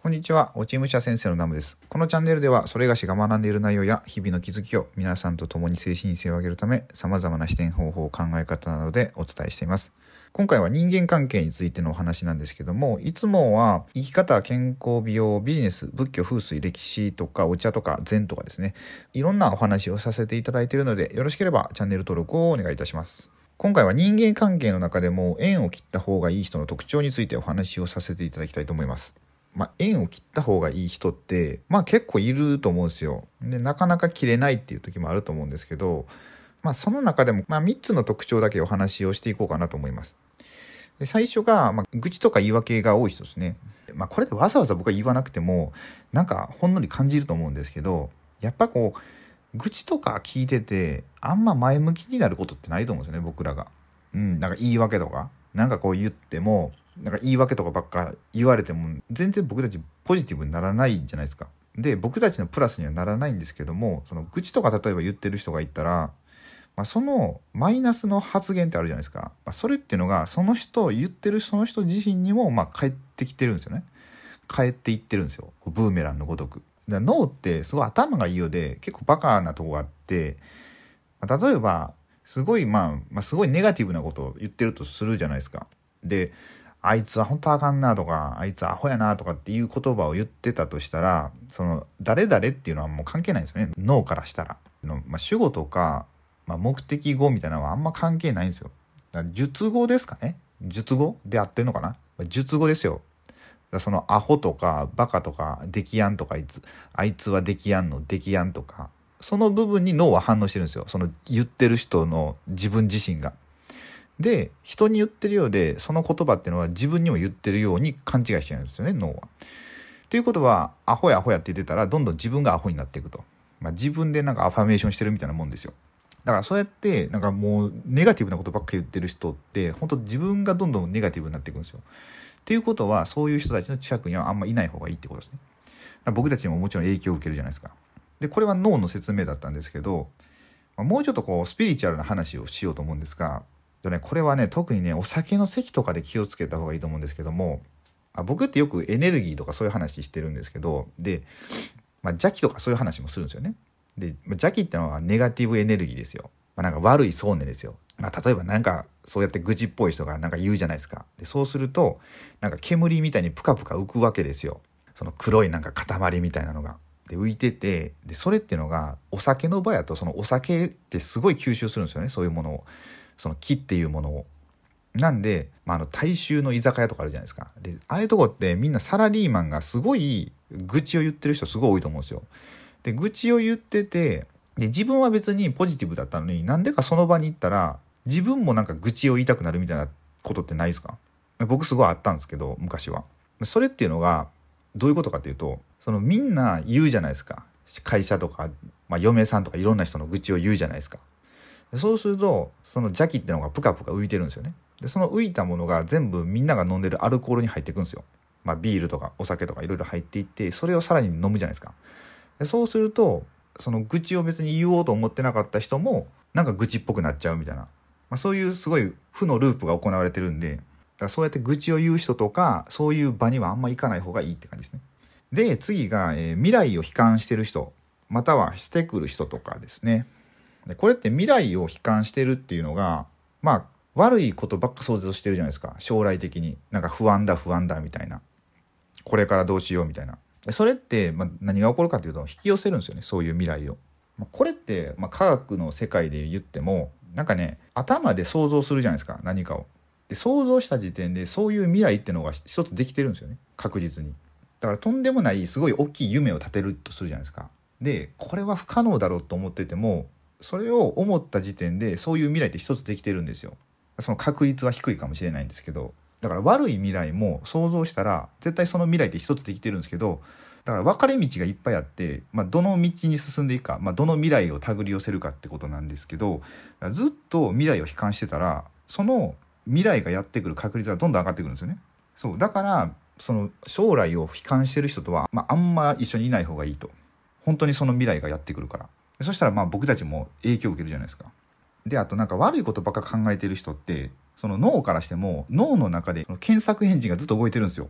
こんにちは、落ち武者先生のナムです。このチャンネルでは、それがしが学んでいる内容や日々の気づきを皆さんと共に精神性を上げるため、様々な視点、方法、考え方などでお伝えしています。今回は人間関係についてのお話なんですけども、いつもは生き方、健康、美容、ビジネス、仏教、風水、歴史とかお茶とか禅とかですね、いろんなお話をさせていただいているので、よろしければチャンネル登録をお願いいたします。今回は人間関係の中でも縁を切った方がいい人の特徴についてお話をさせていただきたいと思います。縁を切った方がいい人って結構いると思うんですよ。で、なかなか切れないっていう時もあると思うんですけど、その中でも3つの特徴だけお話をしていこうかなと思います。で、最初が愚痴とか言い訳が多い人ですね。これでわざわざ僕は言わなくてもほんのり感じると思うんですけど、やっぱ愚痴とか聞いててあんま前向きになることってないと思うんですよね、僕らが。言い訳とか言っても言い訳とかばっか言われても全然僕たちポジティブにならないじゃないですか。で、僕たちのプラスにはならないんですけども、その愚痴とか例えば言ってる人がいたら、そのマイナスの発言ってあるじゃないですか。それっていうのが言ってるその人自身にも返ってきてるんですよね。返っていってるんですよ、ブーメランのごとく。脳ってすごい頭がいいようで結構バカなとこがあって、例えばすごいすごいネガティブなことを言ってるとするじゃないですか。で、あいつは本当あかんなとか、あいつアホやなとかっていう言葉を言ってたとしたら、その誰々っていうのはもう関係ないんですよね、脳からしたら。主語とか、目的語みたいなのはあんま関係ないんですよ。だから述語ですかね。述語で合ってんのかな。述語ですよ。そのアホとかバカとかデキヤンとかあいつはデキヤンのデキヤンとか、その部分に脳は反応してるんですよ。その言ってる人の自分自身が。で、人に言ってるようで、その言葉っていうのは自分にも言ってるように勘違いしちゃうんですよね、脳は。ということは、アホやアホやって言ってたら、どんどん自分がアホになっていくと。自分でアファメーションしてるみたいなもんですよ。だからそうやってもうネガティブなことばっかり言ってる人って、本当自分がどんどんネガティブになっていくんですよ。っていうことは、そういう人たちの近くにはあんまいない方がいいってことですね。僕たちももちろん影響を受けるじゃないですか。で、これは脳の説明だったんですけど、もうちょっとスピリチュアルな話をしようと思うんですが、これはね、特にね、お酒の席とかで気をつけた方がいいと思うんですけども、僕ってよくエネルギーとかそういう話してるんですけど、で、邪気とかそういう話もするんですよね。で、邪気ってのはネガティブエネルギーですよ。悪い想念ですよ。例えばそうやって愚痴っぽい人が言うじゃないですか。で、そうすると煙みたいにプカプカ浮くわけですよ。その黒い塊みたいなのが。で、浮いてて、で、それっていうのがお酒の場やと、そのお酒ってすごい吸収するんですよね、そういうものを。その気っていうものを。なんで、大衆の居酒屋とかあるじゃないですか。で、ああいうとこってみんなサラリーマンがすごい愚痴を言ってる人すごい多いと思うんですよ。で、愚痴を言ってて、で、自分は別にポジティブだったのに、なんでかその場に行ったら自分も愚痴を言いたくなるみたいなことってないですか？僕すごいあったんですけど、昔は。それっていうのがどういうことかっていうと、みんな言うじゃないですか。会社とか、嫁さんとかいろんな人の愚痴を言うじゃないですか。そうすると、その邪気ってのがプカプカ浮いてるんですよね。で、その浮いたものが全部みんなが飲んでるアルコールに入っていくんですよ。ビールとかお酒とかいろいろ入っていって、それをさらに飲むじゃないですか。で、そうすると、その愚痴を別に言おうと思ってなかった人も愚痴っぽくなっちゃうみたいな、そういうすごい負のループが行われてるんで、だからそうやって愚痴を言う人とかそういう場にはあんま行かない方がいいって感じですね。で、次が、未来を悲観してる人またはしてくる人とかですね。で、これって未来を悲観してるっていうのが悪いことばっか想像してるじゃないですか。将来的に不安だみたいな、これからどうしようみたいな。それって、何が起こるかというと引き寄せるんですよね、そういう未来を。これって、科学の世界で言っても頭で想像するじゃないですか、何かを。で、想像した時点でそういう未来っていうのが一つできてるんですよね、確実に。だからとんでもないすごい大きい夢を立てるとするじゃないですか。で、これは不可能だろうと思ってても、それを思った時点でそういう未来って一つできてるんですよ。その確率は低いかもしれないんですけど、だから悪い未来も想像したら絶対その未来って一つできてるんですけど、だから分かれ道がいっぱいあって、どの道に進んでいくか、どの未来を手繰り寄せるかってことなんですけど、ずっと未来を悲観してたらその未来がやってくる確率がどんどん上がってくるんですよね。そうだから、その将来を悲観してる人とは、あんま一緒にいない方がいいと。本当にその未来がやってくるから。そしたら僕たちも影響を受けるじゃないですか。で、あと悪いことばっか考えてる人って、その脳からしても脳の中で検索エンジンがずっと動いてるんですよ。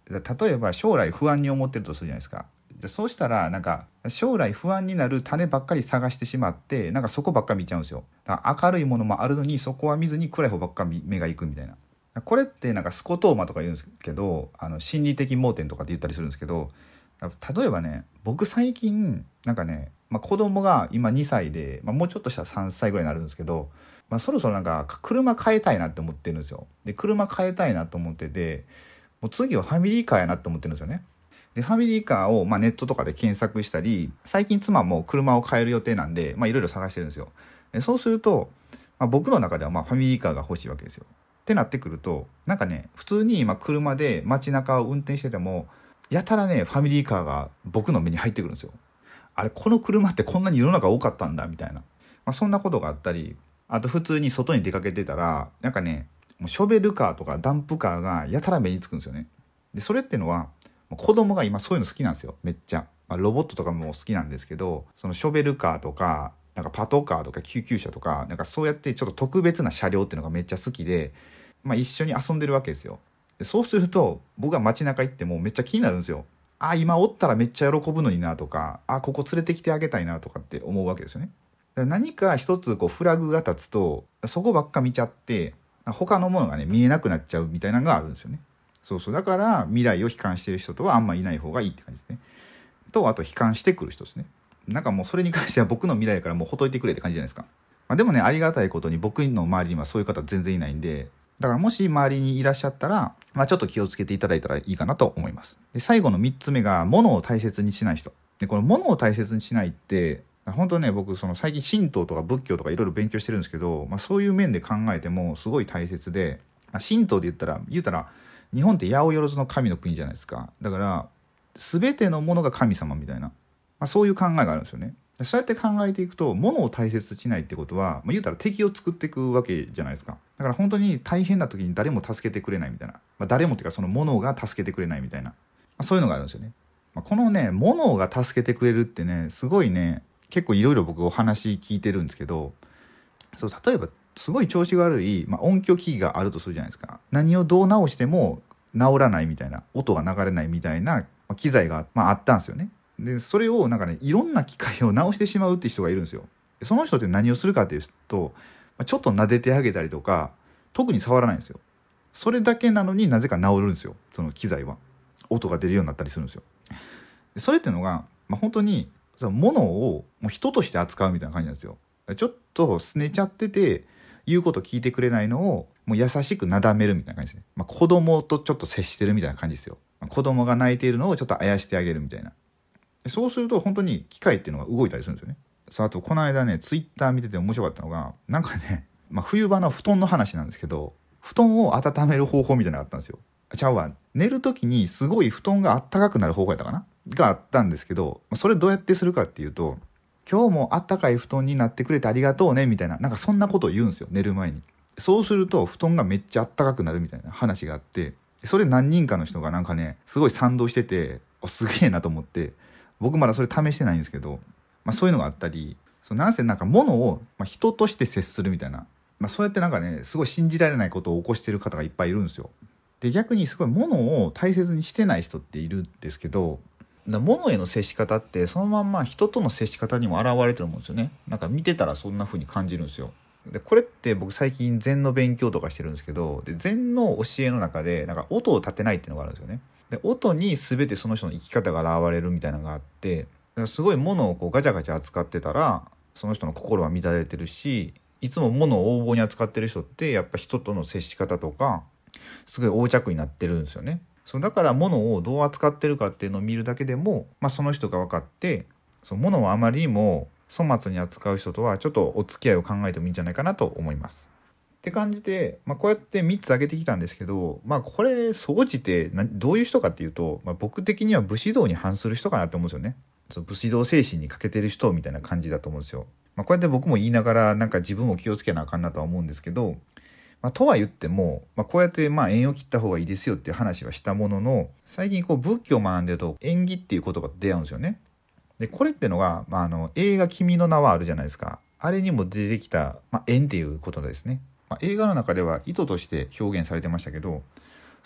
例えば将来不安に思ってるとするじゃないですか。そうしたらなんか将来不安になる種ばっかり探してしまって、なんかそこばっか見ちゃうんですよ。だから明るいものもあるのにそこは見ずに暗い方ばっか目が行くみたいな。これってなんかスコトーマとか言うんですけど、心理的盲点とかって言ったりするんですけど、例えばね、僕最近なんかね、子供が今2歳で、もうちょっとしたら3歳ぐらいになるんですけど、そろそろなんか車変えたいなって思ってるんですよ。で車変えたいなと思ってて、もう次はファミリーカーやなって思ってるんですよね。でファミリーカーをネットとかで検索したり、最近妻も車を変える予定なんでいろいろ探してるんですよ。でそうすると、僕の中ではファミリーカーが欲しいわけですよ。ってなってくると、なんかね、普通に今車で街中を運転しててもやたらねファミリーカーが僕の目に入ってくるんですよ。あれ、この車ってこんなに世の中多かったんだみたいな、そんなことがあったり、あと普通に外に出かけてたらなんかね、もうショベルカーとかダンプカーがやたら目につくんですよね。でそれっていうのは子供が今そういうの好きなんですよ、めっちゃ。ロボットとかも好きなんですけど、そのショベルカーとかなんかパトカーとか救急車とか、なんかそうやってちょっと特別な車両っていうのがめっちゃ好きで、一緒に遊んでるわけですよ。でそうすると僕が街中行ってもめっちゃ気になるんですよ。今おったらめっちゃ喜ぶのになとか、ここ連れてきてあげたいなとかって思うわけですよね。だから何か一つフラグが立つとそこばっか見ちゃって他のものがね見えなくなっちゃうみたいなのがあるんですよね。そうだから未来を悲観してる人とはあんまいない方がいいって感じですね。あと悲観してくる人ですね。なんかもうそれに関しては僕の未来からもうほっといてくれって感じじゃないですか。でもね、ありがたいことに僕の周りにはそういう方全然いないんで、だからもし周りにいらっしゃったら、ちょっと気をつけていただいたらいいかなと思います。で最後の3つ目が物を大切にしない人で、この物を大切にしないって本当ね、僕最近神道とか仏教とかいろいろ勉強してるんですけど、そういう面で考えてもすごい大切で、神道で言ったら日本って八百万の神の国じゃないですか。だから全てのものが神様みたいな、そういう考えがあるんですよね。そうやって考えていくと、物を大切にしないってことは、言うたら敵を作っていくわけじゃないですか。だから本当に大変な時に誰も助けてくれないみたいな、誰もっていうかその物が助けてくれないみたいな、そういうのがあるんですよね。このね、物が助けてくれるってね、すごいね、結構いろいろ僕お話聞いてるんですけど、例えばすごい調子が悪い、音響機器があるとするじゃないですか。何をどう直しても治らないみたいな、音が流れないみたいな機材が、あったんですよね。でそれをなんかね、いろんな機械を直してしまうっていう人がいるんですよ。その人って何をするかっていうと、ちょっと撫でてあげたりとか、特に触らないんですよ。それだけなのになぜか治るんですよ、その機材は。音が出るようになったりするんですよ。それっていうのが、本当に物をもう人として扱うみたいな感じなんですよ。ちょっとすねちゃってて言うこと聞いてくれないのをもう優しくなだめるみたいな感じですね。子供とちょっと接してるみたいな感じですよ。子供が泣いているのをちょっとあやしてあげるみたいな。そうすると本当に機械っていうのが動いたりするんですよね。あとこの間ね、ツイッター見てて面白かったのが、なんかね、冬場の布団の話なんですけど、布団を温める方法みたいなのがあったんですよ。寝る時にすごい布団があったかくなる方法やったかながあったんですけど、それどうやってするかっていうと、今日もあったかい布団になってくれてありがとうねみたいな、なんかそんなことを言うんですよ、寝る前に。そうすると布団がめっちゃあったかくなるみたいな話があって、それ何人かの人がなんかね、すごい賛同してて、すげえなと思って、僕まだそれ試してないんですけど、そういうのがあったり、なんせなんか物を人として接するみたいな、そうやってなんかね、すごい信じられないことを起こしてる方がいっぱいいるんですよ。で逆にすごい物を大切にしてない人っているんですけど、物への接し方ってそのまんま人との接し方にも現れてると思うんですよね。なんか見てたらそんな風に感じるんですよ。でこれって僕最近禅の勉強とかしてるんですけど、で禅の教えの中でなんか音を立てないっていうのがあるんですよね。で音に全てその人の生き方が現れるみたいなのがあって、すごい物をこうガチャガチャ扱ってたらその人の心は乱れてるし、いつも物を横暴に扱ってる人ってやっぱ人との接し方とかすごい横着になってるんですよね。だから物をどう扱ってるかっていうのを見るだけでも、その人が分かって、物をあまりにも粗末に扱う人とはちょっとお付き合いを考えてもいいんじゃないかなと思います。って感じで、こうやって3つ挙げてきたんですけど、これ総じてどういう人かっていうと、僕的には武士道に反する人かなと思うんですよね。武士道精神に欠けてる人みたいな感じだと思うんですよ。こうやって僕も言いながらなんか自分も気をつけなあかんなとは思うんですけど、とは言っても、こうやって縁を切った方がいいですよっていう話はしたものの、最近仏教を学んでると縁起っていう言葉と出会うんですよね。でこれってのが、映画君の名はあるじゃないですか。あれにも出てきた、縁っていうことですね。映画の中では意図として表現されてましたけど、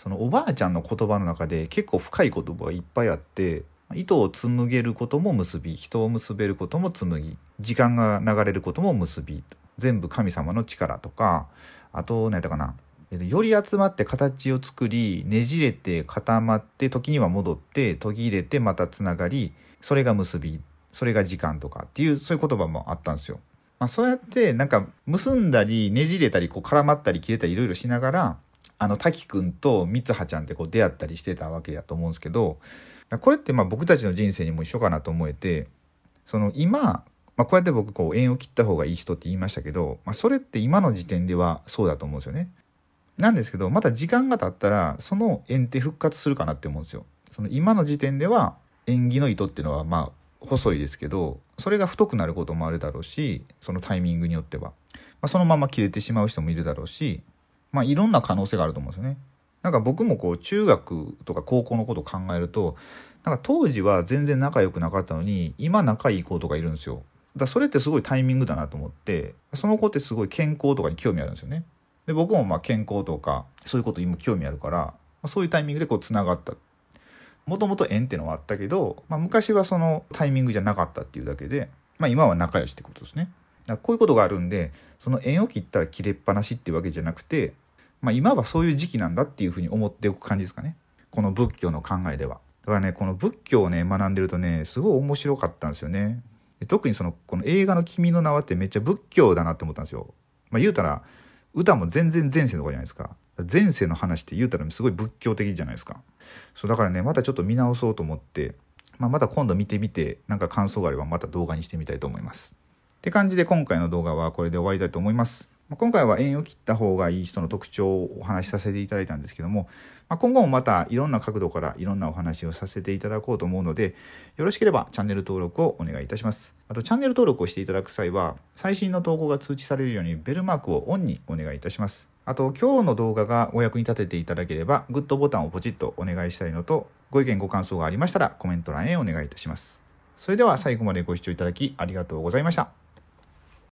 そのおばあちゃんの言葉の中で結構深い言葉がいっぱいあって、糸を紡げることも結び、人を結べることも紡ぎ、時間が流れることも結び、全部神様の力とか、あと何やったかな、より集まって形を作り、ねじれて固まって時には戻って途切れてまたつながり、それが結び、それが時間とかっていう、そういう言葉もあったんですよ。そうやってなんか結んだりねじれたりこう絡まったり切れたりいろいろしながら、滝くんと三葉ちゃんってこう出会ったりしてたわけやと思うんですけど、これって僕たちの人生にも一緒かなと思えて、その今、こうやって僕こう縁を切った方がいい人って言いましたけど、それって今の時点ではそうだと思うんですよね。なんですけど、また時間が経ったらその縁って復活するかなって思うんですよ。その今の時点では縁起の糸っていうのは細いですけど、それが太くなることもあるだろうし、そのタイミングによっては、そのまま切れてしまう人もいるだろうし、いろんな可能性があると思うんですよね。なんか僕もこう中学とか高校のことを考えると、なんか当時は全然仲良くなかったのに今仲いい子とかいるんですよ。それってすごいタイミングだなと思って、その子ってすごい健康とかに興味あるんですよね。で僕も健康とかそういうことにも興味あるから、そういうタイミングでこうつながった。もともと縁ってのはあったけど、昔はそのタイミングじゃなかったっていうだけで、今は仲良しってことですね。だからこういうことがあるんで、その縁を切ったら切れっぱなしっていうわけじゃなくて、今はそういう時期なんだっていうふうに思っておく感じですかね。この仏教の考えでは。だからね、この仏教をね学んでるとね、すごい面白かったんですよね。特にこの映画の君の名はってめっちゃ仏教だなって思ったんですよ。言うたら歌も全然前世とかじゃないですか。前世の話って言うたらすごい仏教的じゃないですか。そうだからね、またちょっと見直そうと思って、また今度見てみて、なんか感想があればまた動画にしてみたいと思います。って感じで今回の動画はこれで終わりたいと思います。今回は縁を切った方がいい人の特徴をお話しさせていただいたんですけども、今後もまたいろんな角度からいろんなお話をさせていただこうと思うので、よろしければチャンネル登録をお願いいたします。あとチャンネル登録をしていただく際は、最新の投稿が通知されるようにベルマークをオンにお願いいたします。あと今日の動画がお役に立てていただければグッドボタンをポチッとお願いしたいのと、ご意見ご感想がありましたらコメント欄へお願いいたします。それでは最後までご視聴いただきありがとうございました。